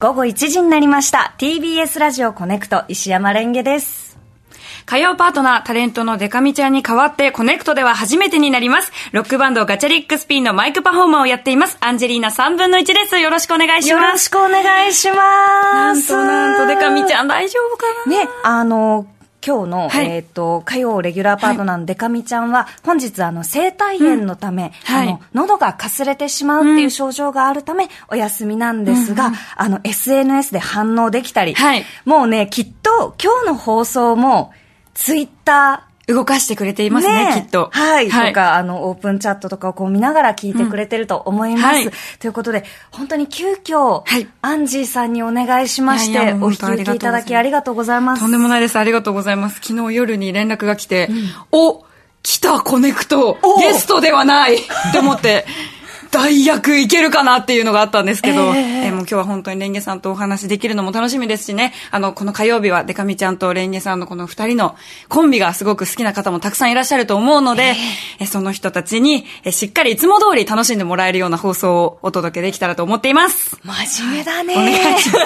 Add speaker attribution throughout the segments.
Speaker 1: 午後1時になりました。 TBS ラジオコネクト、石山レンゲです。
Speaker 2: 火曜パートナー、タレントのデカミちゃんに代わってコネクトでは初めてになります。ロックバンドガチャリックスピンのマイクパフォーマーをやっていますアンジェリーナ3分の1です。よろしくお願いします。
Speaker 1: よろしくお願いします。
Speaker 2: なんとデカミちゃん大丈夫かな
Speaker 1: ね、今日の、はい、火曜レギュラーパートナーのデカミちゃんは、本日声帯炎のため、喉がかすれてしまうっていう症状があるため、お休みなんですが、SNS で反応できたり、もうね、きっと今日の放送も、ツイッター、
Speaker 2: 動かしてくれていますね、きっと。
Speaker 1: はい。とか、オープンチャットとかをこう見ながら聞いてくれてると思います。ということで、本当に急遽、アンジーさんにお願いしまして、お引き受けいただきありがとうございます。
Speaker 2: とんでもないです。ありがとうございます。昨日夜に連絡が来て、来たコネクト、ゲストではないって思って、代役いけるかなっていうのがあったんですけど、もう今日は本当にレンゲさんとお話できるのも楽しみですしね、この火曜日はデカミちゃんとレンゲさんのこの二人のコンビがすごく好きな方もたくさんいらっしゃると思うので、その人たちにしっかりいつも通り楽しんでもらえるような放送をお届けできたらと思っています。
Speaker 1: 真面目だね。
Speaker 2: お願いします。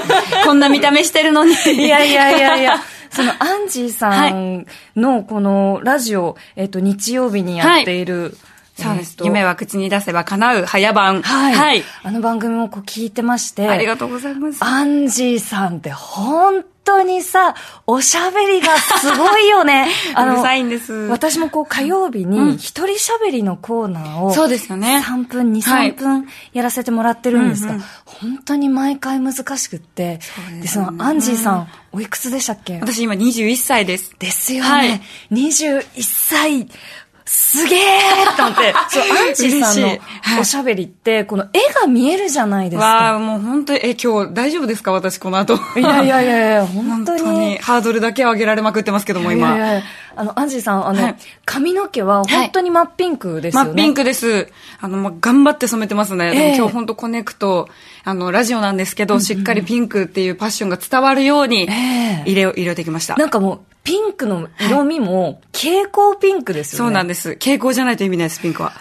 Speaker 2: こんな見た目してるのに。
Speaker 1: いや。そのアンジーさんのこのラジオ、日曜日にやっている、
Speaker 2: そうです。夢は口に出せば叶う早番。
Speaker 1: はい。あの番組もこう聞いてまして。
Speaker 2: ありがとうございます。
Speaker 1: アンジーさんって本当にさ、おしゃべりがすごいよね。
Speaker 2: うるさいんです。
Speaker 1: 私もこう火曜日に一人しゃべりのコーナーを、
Speaker 2: そうですよね。
Speaker 1: 3分、2、3分やらせてもらってるんですが、本当に毎回難しくって、で、そのアンジーさん、おいくつでしたっけ？
Speaker 2: 私今21歳です。
Speaker 1: ですよね。21歳。すげーと思って、そう、アンジーさんのおしゃべりって、この絵が見えるじゃないですか。
Speaker 2: わー、もう本当に、今日大丈夫ですか私この後。
Speaker 1: いや、本当に
Speaker 2: ハードルだけ上げられまくってますけども、今。
Speaker 1: アンジーさん、髪の毛は本当に真っピンクですよね。
Speaker 2: 真っピンクです。頑張って染めてますね。でも今日本当コネクト、ラジオなんですけど、しっかりピンクっていうパッションが伝わるように、入れてきました。
Speaker 1: なんかもう、ピンクの色味も、蛍光ピンクですよね。
Speaker 2: そうなんです。蛍光じゃないと意味ないです、ピンクは。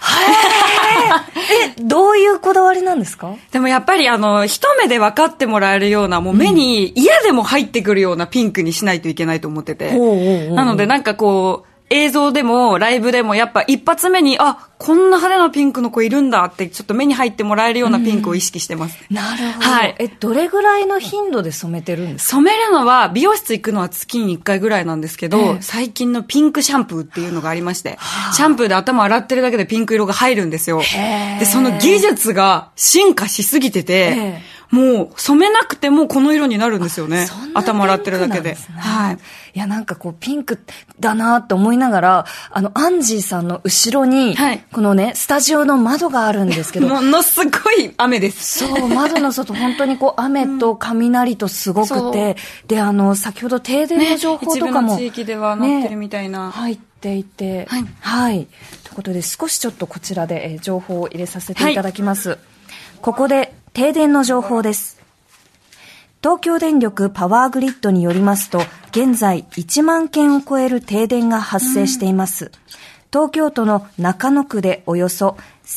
Speaker 1: どういうこだわりなんですか？
Speaker 2: でもやっぱり一目で分かってもらえるような、もう目に嫌でも入ってくるようなピンクにしないといけないと思ってて。なのでなんかこう、映像でもライブでもやっぱ一発目に、こんな派手なピンクの子いるんだってちょっと目に入ってもらえるようなピンクを意識してます。
Speaker 1: なるほど。はい。どれぐらいの頻度で染めてるんですか？
Speaker 2: 染めるのは、美容室行くのは月に1回ぐらいなんですけど、最近のピンクシャンプーっていうのがありまして、シャンプーで頭洗ってるだけでピンク色が入るんですよ。で、その技術が進化しすぎてて、もう染めなくてもこの色になるんですよね。頭洗ってるだけで。はい。
Speaker 1: いや、なんかこうピンクだなって思いながら、アンジーさんの後ろに、このね、スタジオの窓があるんですけど。
Speaker 2: ものすごい雨です。
Speaker 1: そう、窓の外本当にこう雨と雷とすごくて、で、先ほど停電の情報とかも、
Speaker 2: 一部の地域ではなってるみたいな。
Speaker 1: 入っていて、はい。ということで少しちょっとこちらで、情報を入れさせていただきます。ここで停電の情報です。東京電力パワーグリッドによりますと、現在1万件を超える停電が発生しています。東京都の中野区でおよそ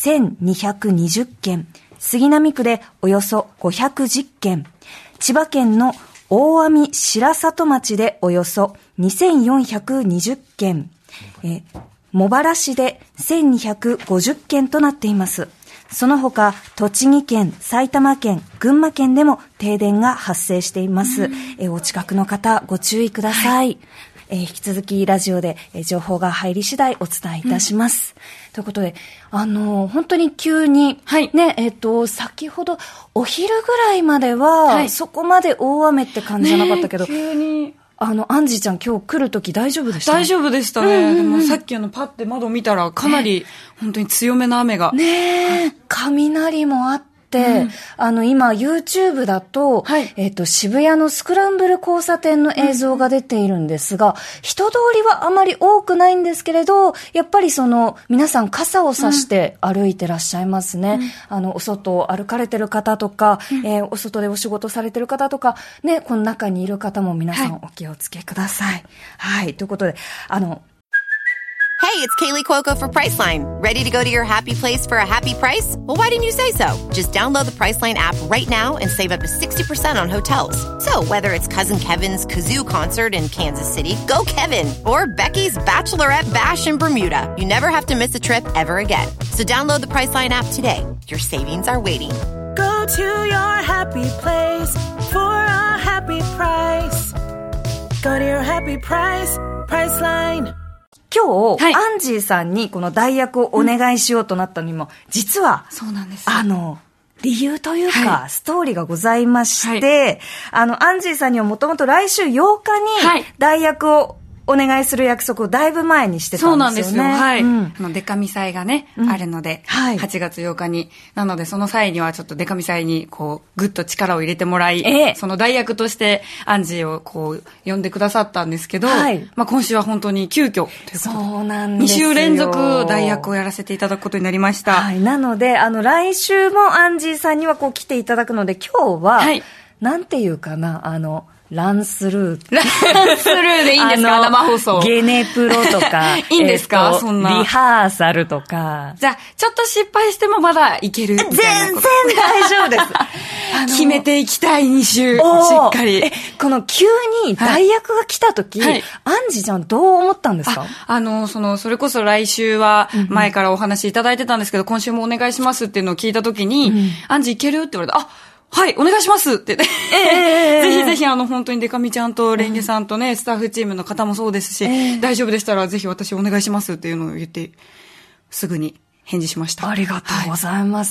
Speaker 1: 1220件、杉並区でおよそ510件、千葉県の大網白里町でおよそ2420件、茂原市で1250件となっています。その他、栃木県、埼玉県、群馬県でも停電が発生しています。お近くの方、ご注意ください。引き続きラジオで情報が入り次第お伝えいたします。ということで、本当に急に、ね、先ほどお昼ぐらいまでは、そこまで大雨って感じじゃなかったけど、
Speaker 2: 急に。
Speaker 1: アンジーちゃん今日来るとき大丈夫でした？
Speaker 2: 大丈夫でしたね。でもさっきパッて窓見たらかなり本当に強めな雨が。
Speaker 1: ねえ、雷もあって、今 YouTube だと、渋谷のスクランブル交差点の映像が出ているんですが、人通りはあまり多くないんですけれど、やっぱり皆さん傘を差して歩いてらっしゃいますね。お外を歩かれてる方とか、お外でお仕事されてる方とか、ね、この中にいる方も皆さんお気をつけください。はい、ということで、
Speaker 3: Hey, it's Kaylee Cuoco for Priceline. Ready to go to your happy place for a happy price? Well, why didn't you say so? Just download the Priceline app right now and save up to 60% on hotels. So whether it's Cousin Kevin's Kazoo Concert in Kansas City, go Kevin, or Becky's Bachelorette Bash in Bermuda, you never have to miss a trip ever again. So download the Priceline app today. Your savings are waiting.
Speaker 4: Go to your happy place for a happy price. Go to your happy price, Priceline.
Speaker 1: 今日、アンジーさんにこの代役をお願いしようとなったのにも、実は、
Speaker 2: そうなんです。
Speaker 1: 理由というか、ストーリーがございまして、アンジーさんにはもともと来週8日に代役をお願いする約束をだいぶ前にしてたんですよね。そうなんですよ。
Speaker 2: はい。デカミ祭がね、あるので、8月8日に。なので、その際にはちょっとデカミ祭に、ぐっと力を入れてもらい、その代役として、アンジーを呼んでくださったんですけど、今週は本当に急遽ということで、
Speaker 1: そうなんですよ。
Speaker 2: 2週連続代役をやらせていただくことになりました。
Speaker 1: はい。なので、来週もアンジーさんには来ていただくので、今日は、なんていうかな、ランスルー。
Speaker 2: ランスルーでいいんですか？生放送。
Speaker 1: ゲネプロとか。
Speaker 2: いいんですか？そんな。
Speaker 1: リハーサルとか。
Speaker 2: じゃあ、ちょっと失敗してもまだいけるみたいなこと。
Speaker 1: 全然大丈夫です。
Speaker 2: 決めていきたい2週。しっかり。
Speaker 1: この急に代役が来た時、アンジーちゃんどう思ったんですか？
Speaker 2: それこそ来週は前からお話いただいてたんですけど、今週もお願いしますっていうのを聞いた時に、アンジーいけるって言われて、はい、お願いしますって言って。ぜひぜひ本当にデカミちゃんとレンゲさんとね、スタッフチームの方もそうですし、大丈夫でしたらぜひ私お願いしますっていうのを言って、すぐに返事しました。
Speaker 1: ありがとうございます。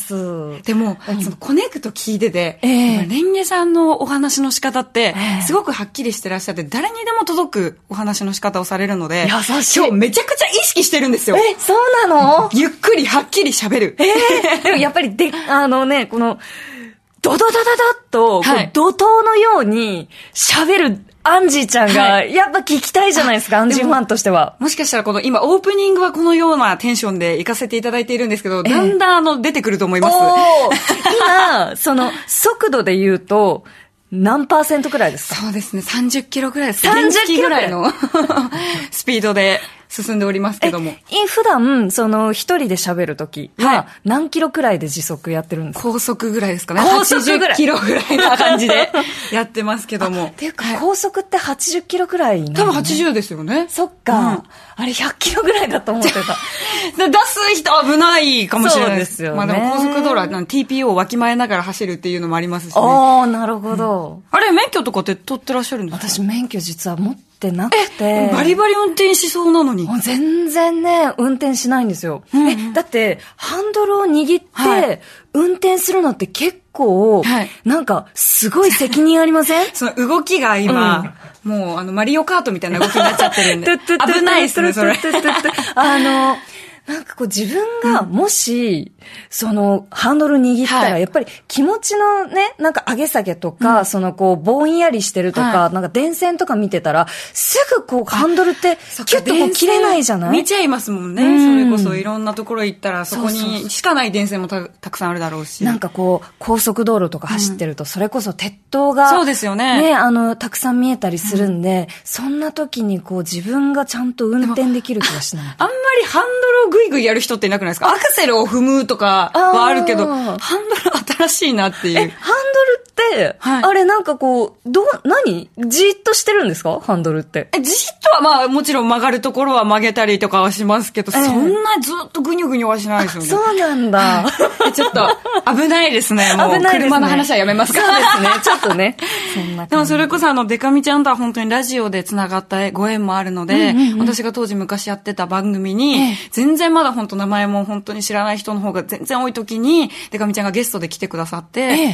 Speaker 2: でも、そのコネクト聞いてて、レンゲさんのお話の仕方って、すごくはっきりしてらっしゃって、誰にでも届くお話の仕方をされるので、
Speaker 1: 優しい。
Speaker 2: 今日めちゃくちゃ意識してるんですよ。
Speaker 1: そうなの？
Speaker 2: ゆっくりはっきり喋る。
Speaker 1: でもやっぱりこの、ドドドドドッと、怒涛のように喋るアンジーちゃんが、やっぱ聞きたいじゃないですか、アンジーファンとしては。
Speaker 2: もしかしたら今オープニングはこのようなテンションで行かせていただいているんですけど、だんだん出てくると思います。
Speaker 1: 今、速度で言うと、何%くらいですか？
Speaker 2: そうですね、30キロくらいです。30キロぐらいのスピードで進んでおりますけども。
Speaker 1: 普段、一人で喋るときは、何キロくらいで時速やってるんですか？
Speaker 2: 高速ぐらいですかね。80キロぐらいな感じでやってますけども。
Speaker 1: っていうか、高速って80キロくらいなの？
Speaker 2: 多分80ですよね。
Speaker 1: そっか。あれ100キロぐらいだと思ってた。
Speaker 2: 出す人危ないかもしれないです。
Speaker 1: そうですよね。
Speaker 2: でも高速道路はTPO をわきまえながら走るっていうのもありますしね。
Speaker 1: なるほど。
Speaker 2: あれ、免許とかって取ってらっしゃるんですか？
Speaker 1: 私、免許実は持ってなくて。
Speaker 2: バリバリ運転しそうなのに。
Speaker 1: 全然ね、運転しないんですよ。だって、ハンドルを握って、運転するのって結構、なんか、すごい責任ありません？
Speaker 2: その動きが今、もう、マリオカートみたいな動きになっちゃってるんで。危ないですね、それ。
Speaker 1: なんか自分がもし、ハンドル握ったら、やっぱり気持ちのね、なんか上げ下げとか、ぼんやりしてるとか、なんか電線とか見てたら、すぐハンドルって、キュッと切れないじゃない？
Speaker 2: 見ちゃいますもんね。それこそいろんなところ行ったら、そこにしかない電線もたくさんあるだろうし。
Speaker 1: なんか高速道路とか走ってると、それこそ鉄塔が、
Speaker 2: そうですよね。
Speaker 1: たくさん見えたりするんで、そんな時に自分がちゃんと運転できる気がしない。
Speaker 2: あんまりハンドルをグイグイやる人っていなくないですか？アクセルを踏むとかはあるけど、ハンドル新しいなっていう。
Speaker 1: ハンドルって、あれなんか何？じーっとしてるんですか？ハンドルって。
Speaker 2: じーっとはもちろん曲がるところは曲げたりとかはしますけど、そんなずっとグニョグニョはしないですよね。
Speaker 1: そうなんだ。
Speaker 2: ちょっと危ないですね。もう車の話はやめますか？
Speaker 1: そうですね。ちょっとね。そんな感じ。
Speaker 2: でもそれこそデカミちゃんとは本当にラジオで繋がったご縁もあるので、私が当時昔やってた番組に、全然まだ本当名前も本当に知らない人の方が全然多い時に、デカミちゃんがゲストで来てくださって、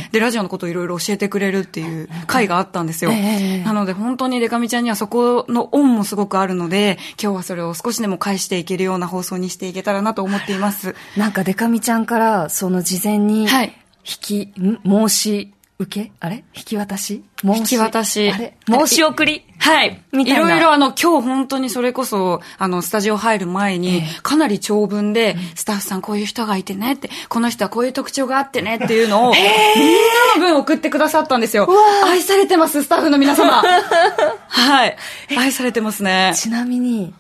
Speaker 2: で、ラジオのことをいろいろ教えてくれるっていう回があったんですよ。なので本当にデカミちゃんにはそこの恩もすごくあるので、今日はそれを少しでも返していけるような放送にしていけたらなと思っています。
Speaker 1: なんかデカミちゃんから事前に申し受け引き渡し
Speaker 2: 引き渡し。
Speaker 1: 申し送り
Speaker 2: はい。いろいろ今日本当にそれこそ、スタジオ入る前に、かなり長文で、スタッフさんこういう人がいてねって、この人はこういう特徴があってねっていうのを、みんなの分送ってくださったんですよ。愛されてます、スタッフの皆様。はい。愛されてますね。
Speaker 1: ちなみに、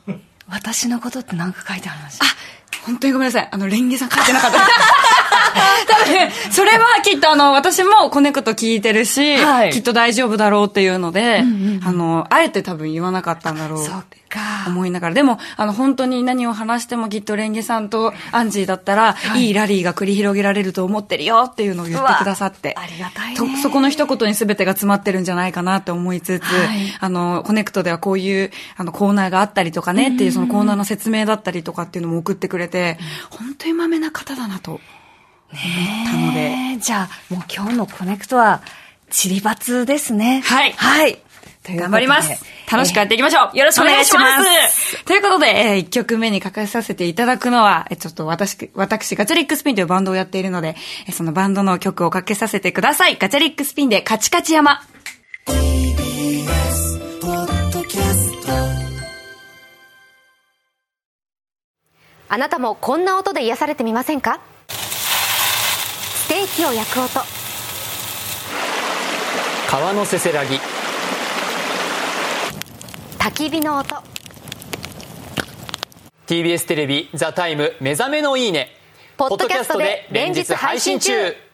Speaker 1: 私のことって何か書いてありました？
Speaker 2: 本当にごめんなさい。レンゲさん書いてなかった。多分、それはきっと私もコネクト聞いてるし、はい、きっと大丈夫だろうっていうので、あえて多分言わなかったんだろうって思いながら。でも、本当に何を話してもきっとレンゲさんとアンジーだったら、はい、いいラリーが繰り広げられると思ってるよっていうのを言ってくださって。
Speaker 1: ありがたいね。
Speaker 2: そこの一言に全てが詰まってるんじゃないかなって思いつつ、はい、コネクトではこういうコーナーがあったりとかねっていうそのコーナーの説明だったりとかっていうのも送ってくれて、本当にまめな方だなと思ったので。
Speaker 1: じゃあ、もう今日のコネクトは、チリバツですね。
Speaker 2: はい。
Speaker 1: はい。
Speaker 2: 頑張ります。楽しくやっていきましょう。
Speaker 1: よろしくお願いします。
Speaker 2: ということで、1曲目にかけさせていただくのは、ちょっと私、ガチャリックスピンというバンドをやっているので、そのバンドの曲をかけさせてください。ガチャリックスピンでカチカチ山。
Speaker 5: あなたもこんな音で癒されてみませんか？ステーキを焼く音、
Speaker 6: 川のせせらぎ、
Speaker 5: 焚き火の音。
Speaker 6: TBS テレビザタイム目覚めのいいね、
Speaker 5: ポッドキャストで連日配信中。